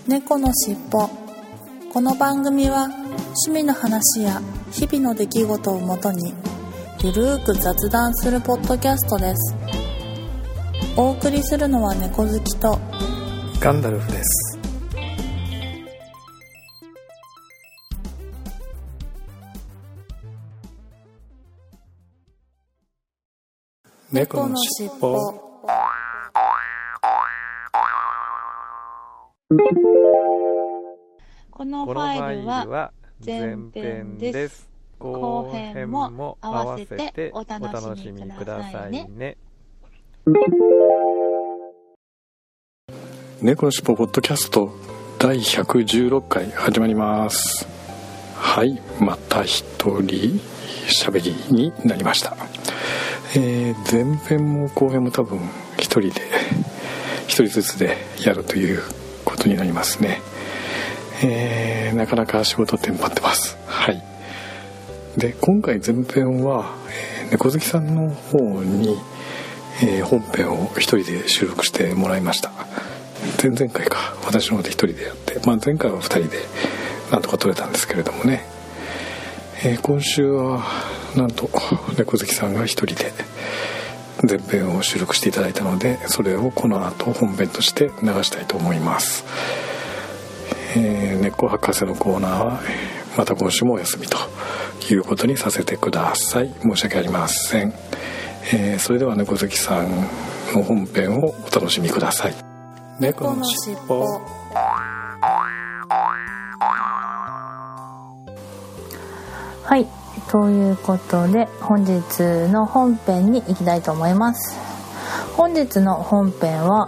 猫のしっぽ。この番組は趣味の話や日々の出来事をもとにゆるーく雑談するポッドキャストです。お送りするのは猫好きとガンダルフです。 猫のしっぽ。このファイルは前編です。後編も合わせてお楽しみくださいね。 猫のしっぽポッドキャスト第116回始まります。はい、また一人喋りになりました。前編も後編も多分一人ずつでやるということになりますね。なかなか仕事テンパってます。はい。で、今回前編は、猫好きさんの方に、本編を一人で収録してもらいました。前々回か私の方で一人でやって、前回は二人でなんとか撮れたんですけれどもね、今週はなんと猫好きさんが一人で前編を収録していただいたので、それをこの後本編として流したいと思います。猫博士のコーナーはまた今週もお休みということにさせてください。申し訳ありません。それでは猫好きさんの本編をお楽しみください。猫のしっぽ。 はい、ということで本日の本編に行きたいと思います。本日の本編は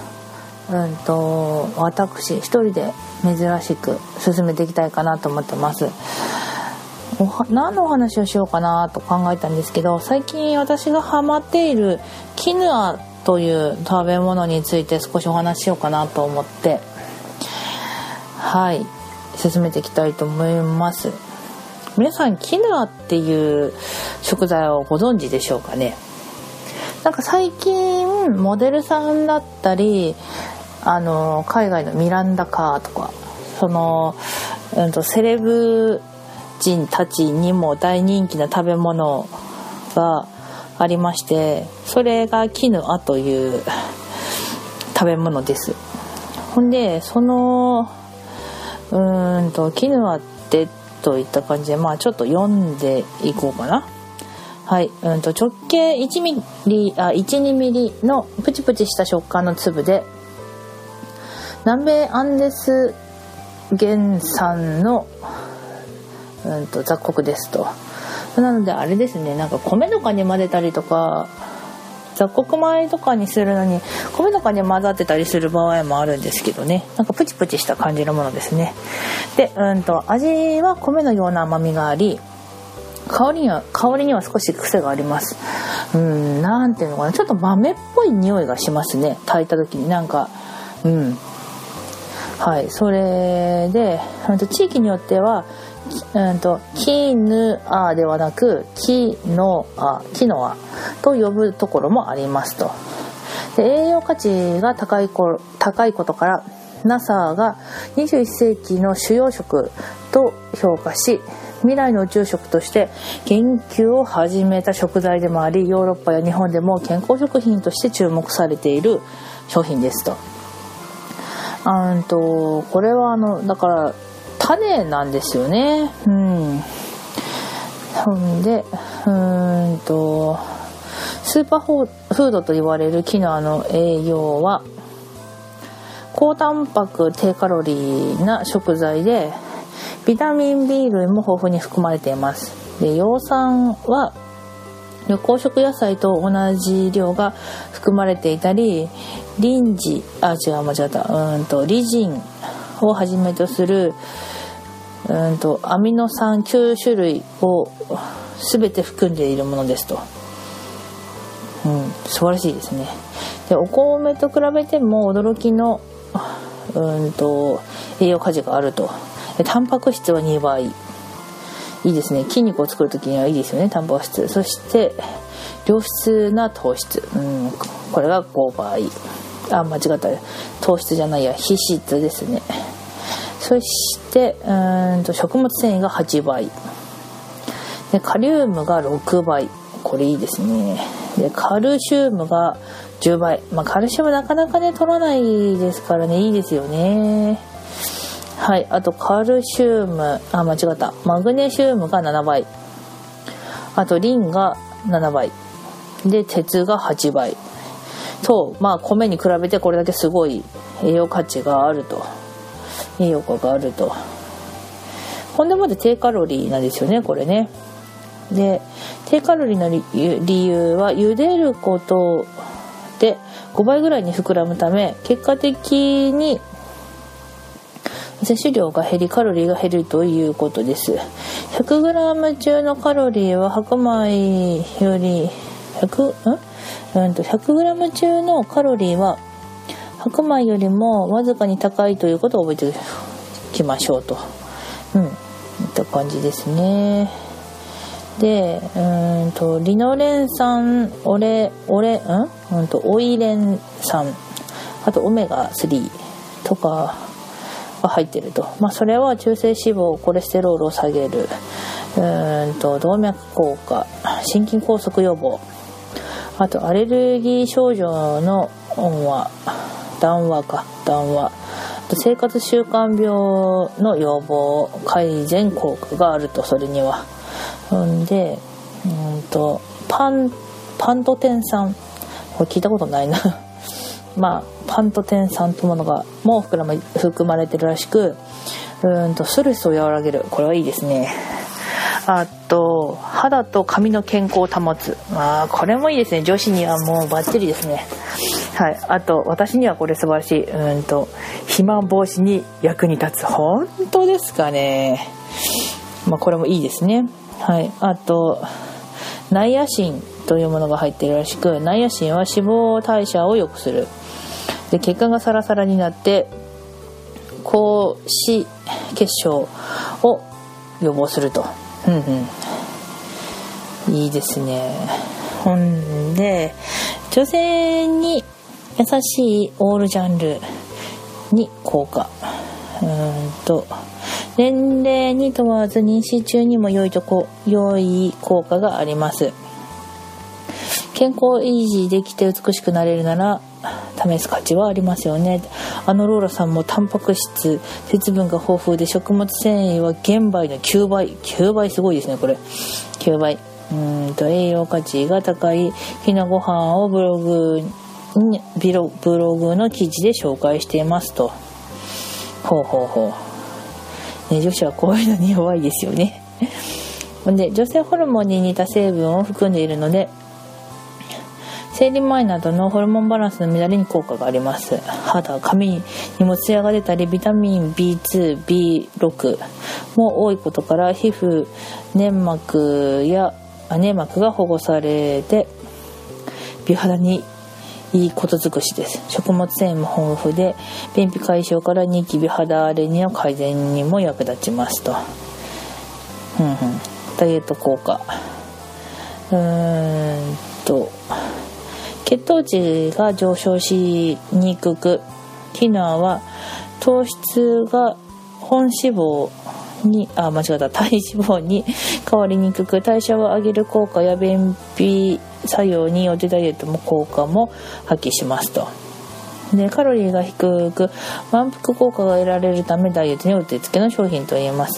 私一人で珍しく進めていきたいかなと思ってます。何のお話をしようかなと考えたんですけど、最近私がハマっているキヌアという食べ物について少しお話ししようかなと思って、はい進めていきたいと思います。皆さんキヌアっていう食材をご存知でしょうかね。なんか最近モデルさんだったり海外のミランダ・カーとかセレブ人たちにも大人気な食べ物がありまして、それがキヌアという食べ物です。ほんでキヌアってといった感じでちょっと読んでいこうかな。はい、直径1-2ミリのプチプチした食感の粒で、南米アンデス原産の、雑穀ですと。なのであれですね、なんか米とかに混ぜたりとか雑穀米とかにするのに米とかに混ざってたりする場合もあるんですけどね、なんかプチプチした感じのものですね。で、味は米のような甘みがあり、香りには少し癖があります。なんていうのかな、ちょっと豆っぽい匂いがしますね、炊いた時に。なんかはい、それで地域によってはキヌアではなくキノアと呼ぶところもありますと。で、栄養価値が高いことから NASA が21世紀の主要食と評価し、未来の宇宙食として研究を始めた食材でもあり、ヨーロッパや日本でも健康食品として注目されている商品ですと。これはだから種なんですよね。ほんでスーパーフードと言われるキヌアの栄養は高タンパク低カロリーな食材で、ビタミン B 類も豊富に含まれています。で、葉酸は緑黄色野菜と同じ量が含まれていたり、リジンをはじめとするアミノ酸9種類を全て含んでいるものですと。素晴らしいですね。で、お米と比べても驚きの栄養価値があると。で、タンパク質は2倍。いいですね。筋肉を作るときにはいいですよね、タンパク質。そして良質な糖質、これが5倍。 間違った、糖質じゃないや、脂質ですね。そして食物繊維が8倍で、カリウムが6倍、これいいですね。でカルシウムが10倍、カルシウムなかなかね取らないですからね、いいですよね。はい、あとカルシウム、間違った、マグネシウムが7倍、あとリンが7倍で、鉄が8倍と、米に比べてこれだけすごい栄養価があると。ほんでまで低カロリーなんですよね、これね。で低カロリーの理由は、茹でることで5倍ぐらいに膨らむため、結果的に摂取量が減りカロリーが減るということです。 100g 中のカロリーは白米より 100g 中のカロリーは白米よりもわずかに高いということを覚えておきましょうと。いった感じですね。でリノレン酸、オイレン酸、あとオメガ3とかが入ってると。それは中性脂肪、コレステロールを下げる、動脈硬化、心筋梗塞予防、あとアレルギー症状の談話、あと生活習慣病の予防改善効果があると。それにはでパントテン酸、これ聞いたことないなパントテン酸というものがも含まれてるらしく、ストレスを和らげる、これはいいですね。あと肌と髪の健康を保つ、これもいいですね。女子にはもうバッチリですね。はい、あと私にはこれ素晴らしい、肥満防止に役に立つ。本当ですかね。これもいいですね。はい、あとナイアシンというものが入っているらしく、ナイアシンは脂肪代謝を良くする。で血管がサラサラになって高脂血症を予防すると。いいですね。ほんで女性に優しいオールジャンルに効果、年齢に問わず妊娠中にも良い効果があります。健康を維持できて美しくなれるなら試す価値はありますよね。ローラさんもタンパク質、鉄分が豊富で食物繊維は玄米の9倍すごいですね。これ9倍栄養価値が高いひなご飯をブログの記事で紹介していますと。女子はこういうのに弱いですよね。で女性ホルモンに似た成分を含んでいるので、生理前などのホルモンバランスの乱れに効果があります。肌、髪にもツヤが出たり、ビタミン B2、B6 も多いことから、皮膚粘膜が保護されて美肌にいいこと尽くしです。食物繊維も豊富で便秘解消からニキビ、肌荒れの改善にも役立ちますと。ダイエット効果、血糖値が上昇しにくく、キヌアは糖質が体脂肪に変わりにくく、代謝を上げる効果や便秘作用によってダイエットも効果も発揮しますと。でカロリーが低く満腹効果が得られるため、ダイエットにうってつけの商品と言えます。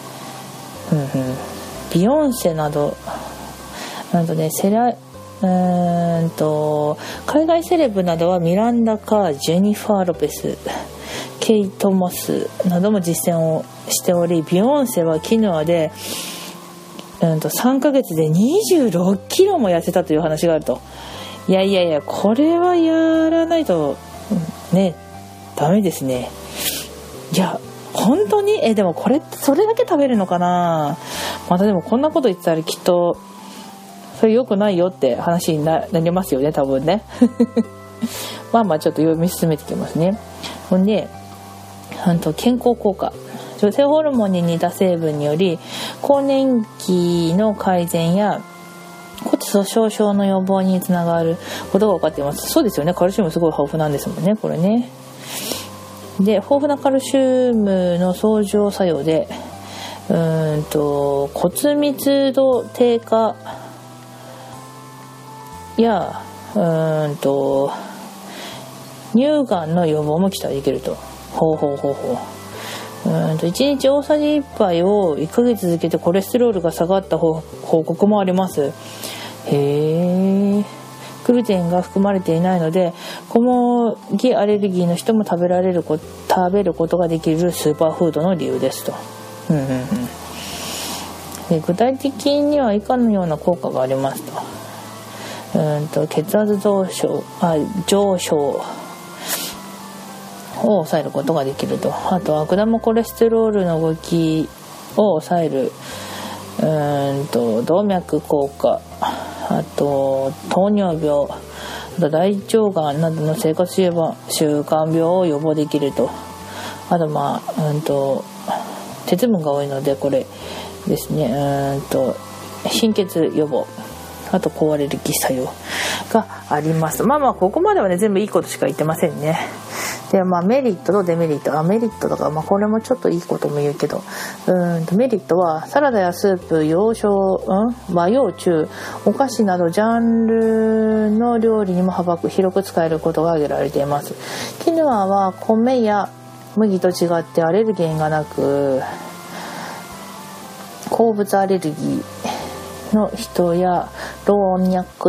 ビヨンセなど海外セレブなどはミランダ・カー、ジェニファー・ロペス、ケイト・モスなども実践をしており、ビヨンセはキヌアで、3ヶ月で26キロも痩せたという話があると。いやこれはやらないとねダメですね。いや本当にでもこれってそれだけ食べるのかな。またでもこんなこと言ってたらきっとそれ良くないよって話になりますよね、多分ね。ちょっと読み進めていきますね。ほんで健康効果、女性ホルモンに似た成分により更年期の改善や骨粗しょう症の予防につながることが分かっています。そうですよね、カルシウムすごい豊富なんですもんね、これね。で、豊富なカルシウムの相乗作用で骨密度低下や乳がんの予防も期待できると。1日大さじ1杯を1ヶ月続けてコレステロールが下がった報告もあります。へー。グルテンが含まれていないので小麦アレルギーの人も食べることができるスーパーフードの理由ですと。で、具体的には以下のような効果がありますと。血圧上昇を抑えることができると。あと悪玉コレステロールの動きを抑える動脈硬化、あと糖尿病、あと大腸がんなどの生活習慣病を予防できると。あと鉄分が多いのでこれですね、貧血予防、あと抗アレルギー作用があります。ここまではね全部いいことしか言ってませんね。で、メリットとデメリット、メリットとか、これもちょっといいことも言うけど、メリットはサラダやスープ、洋中、お菓子などジャンルの料理にも幅広く使えることが挙げられています。キヌアは米や麦と違ってアレルゲンがなく、鉱物アレルギーの人や老若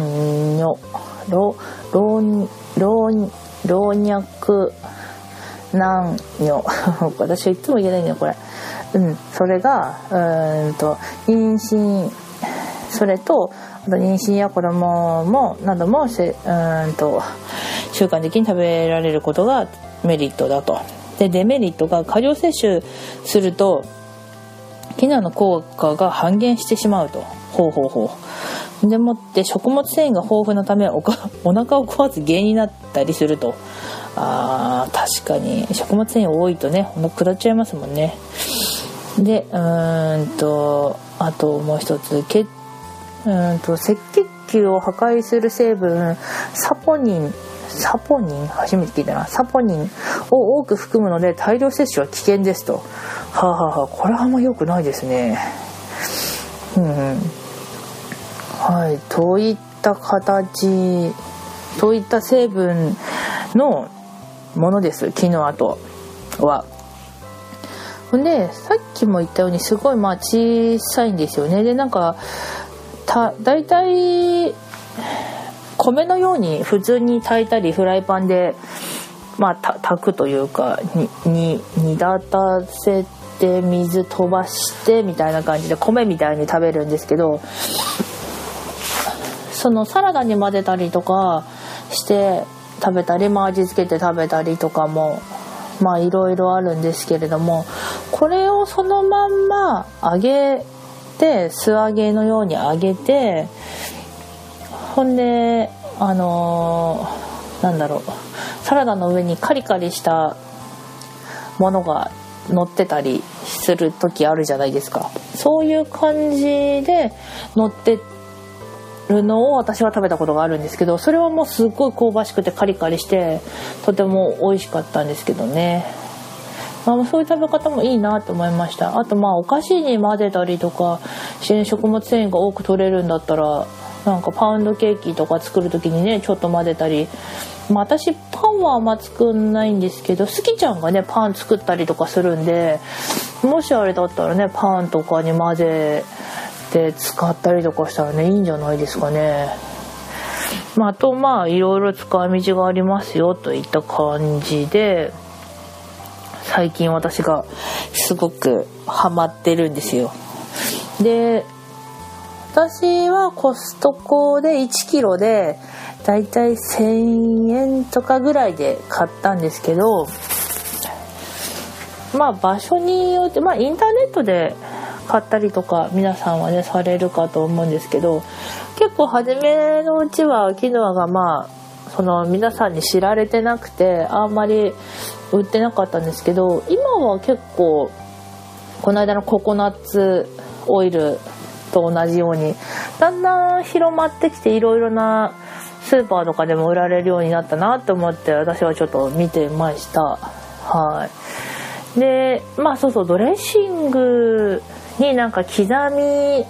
男女私いつも言えないんだよこれ。それが妊娠、それとあと妊娠や子供もなども習慣的に食べられることがメリットだと。で、デメリットが過量摂取するとキヌアの効果が半減してしまうと。でもって食物繊維が豊富なためお腹を壊す原因になったりすると。確かに食物繊維多いとねお腹下っちゃいますもんね。であともう一つ赤血球を破壊する成分サポニン初めて聞いたな。サポニンを多く含むので大量摂取は危険ですと。これはあんま良くないですね。といった形、といった成分のものです、キヌアとは。で、さっきも言ったようにすごい小さいんですよね。で、だいたい米のように普通に炊いたりフライパンで炊くというか煮立たせて水飛ばしてみたいな感じで米みたいに食べるんですけど、そのサラダに混ぜたりとかして食べたり、味付けて食べたりとかもいろいろあるんですけれども、これをそのまんま揚げて素揚げのように揚げて、ほんでサラダの上にカリカリしたものが乗ってたりする時あるじゃないですか。そういう感じで乗ってるのを私は食べたことがあるんですけど、それはもうすっごい香ばしくてカリカリしてとても美味しかったんですけどね。そういう食べ方もいいなと思いました。あとお菓子に混ぜたりとかして食物繊維が多く取れるんだったらパウンドケーキとか作る時にねちょっと混ぜたり、私パンはあんま作んないんですけど、スキちゃんがねパン作ったりとかするんで、もしあれだったらねパンとかに混ぜて使ったりとかしたらねいいんじゃないですかね。あといろいろ使い道がありますよといった感じで、最近私がすごくハマってるんですよ。で、私はコストコで1キロでだいたい1000円とかぐらいで買ったんですけど、場所によってインターネットで買ったりとか皆さんはねされるかと思うんですけど、結構初めのうちはキヌアが皆さんに知られてなくてあんまり売ってなかったんですけど、今は結構この間のココナッツオイルと同じようにだんだん広まってきて、いろいろなスーパーとかでも売られるようになったなと思って、私はちょっと見てました。はい。でそうそう、ドレッシングになんか刻み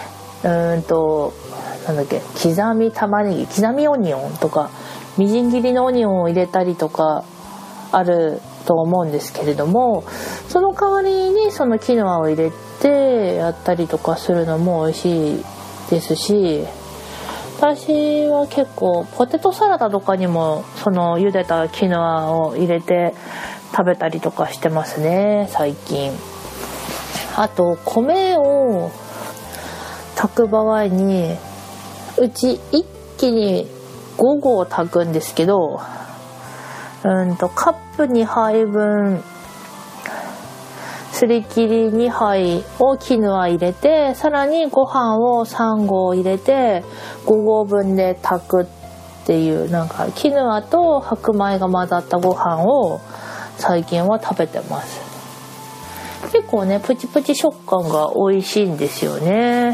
刻み玉ねぎ、刻みオニオンとかみじん切りのオニオンを入れたりとかあると思うんですけれども、その代わりにそのキヌアを入れてやったりとかするのも美味しいですし、私は結構ポテトサラダとかにもその茹でたキヌアを入れて食べたりとかしてますね、最近。あと米を炊く場合にうち一気に5合炊くんですけど、カップ2杯分すり切り2杯をキヌア入れて、さらにご飯を3合入れて5合分で炊くっていう、なんかキヌアと白米が混ざったご飯を最近は食べてます。結構ね、プチプチ食感が美味しいんですよね。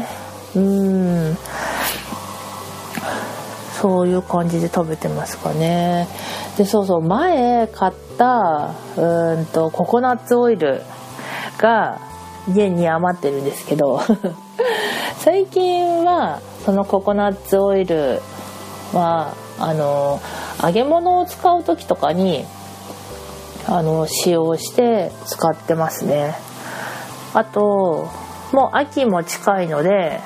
そういう感じで食べてますかね。で、そうそう、前買ったココナッツオイルが家に余ってるんですけど最近はそのココナッツオイルは揚げ物を使う時とかに使用して使ってますね。あともう秋も近いので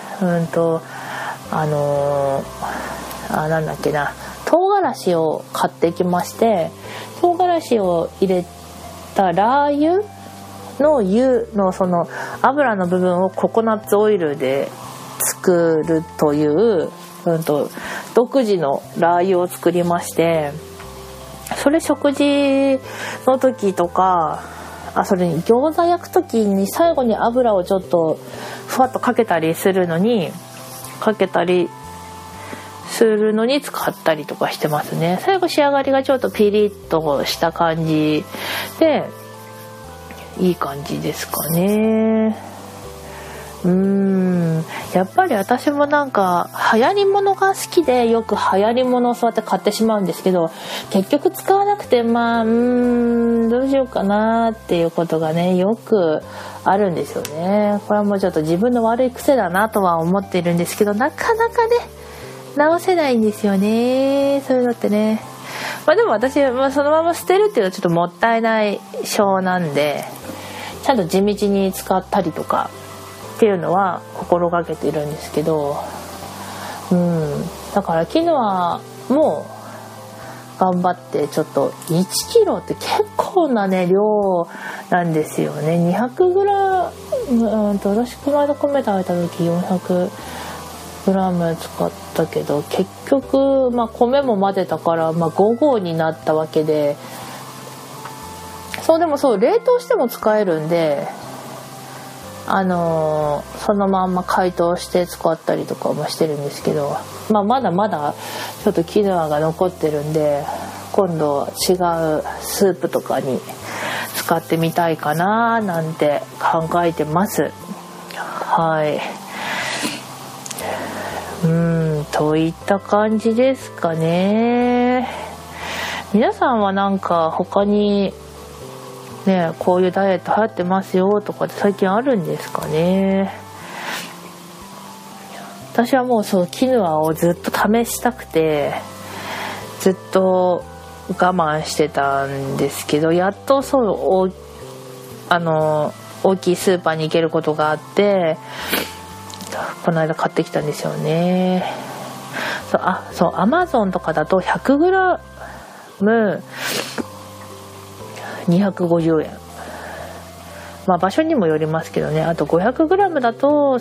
なんだっけな、唐辛子を買ってきまして、唐辛子を入れたラー油の油のその油の部分をココナッツオイルで作るという、独自のラー油を作りまして、それ食事の時とか、それに餃子焼く時に最後に油をちょっとふわっとかけたりするのに使ったりとかしてますね。最後仕上がりがちょっとピリッとした感じでいい感じですかね。やっぱり私もなんか流行り物が好きで、よく流行り物をそうやって買ってしまうんですけど、結局使わなくてどうしようかなっていうことがね、よくあるんですよね。これはもうちょっと自分の悪い癖だなとは思っているんですけど、なかなかね直せないんですよね、そういうのってね。でも私はそのまま捨てるっていうのはちょっともったいない性なんで、ちゃんと地道に使ったりとかっていうのは心がけているんですけど、だからキヌアも頑張ってちょっと1キロって結構なね量なんですよね。200グラム、私この間米食べた時400グラム使ったけど、結局米も混ぜたから5合になったわけで、でも冷凍しても使えるんで、そのまんま解凍して使ったりとかもしてるんですけど、まだまだちょっとキヌアが残ってるんで、今度違うスープとかに使ってみたいかななんて考えてます。はい。といった感じですかね。皆さんはなんか他にね、こういうダイエット流行ってますよとかって最近あるんですかね。私はもうキヌアをずっと試したくてずっと我慢してたんですけど、やっと大きいスーパーに行けることがあって、この間買ってきたんですよね。Amazon とかだと 100g250 円。場所にもよりますけどね。あと 500g だと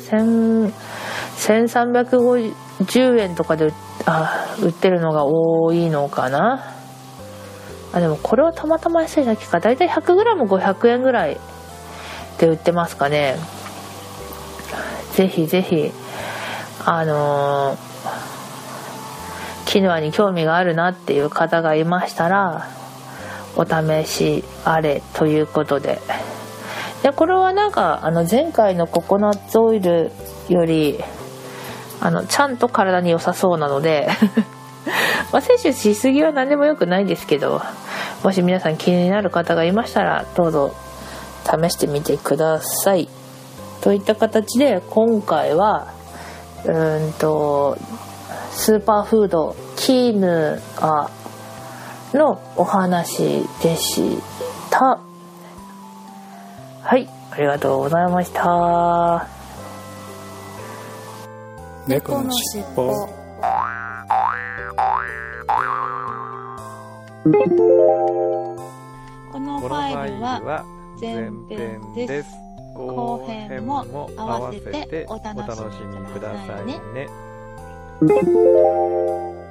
1350円とかで売ってるのが多いのかな。でもこれはたまたま安いだけか。だいたい 100g500 円ぐらいで売ってますかね。ぜひぜひキヌアに興味があるなっていう方がいましたらお試しあれということで、これはなんか前回のココナッツオイルよりちゃんと体に良さそうなのでまあ摂取しすぎは何でもよくないんですけど、もし皆さん気になる方がいましたらどうぞ試してみてください。といった形で今回はスーパーフードキーヌアのお話でした。はい、ありがとうございました。 猫のしっぽ。 このファイルは前編です。後編も合わせてお楽しみくださいね。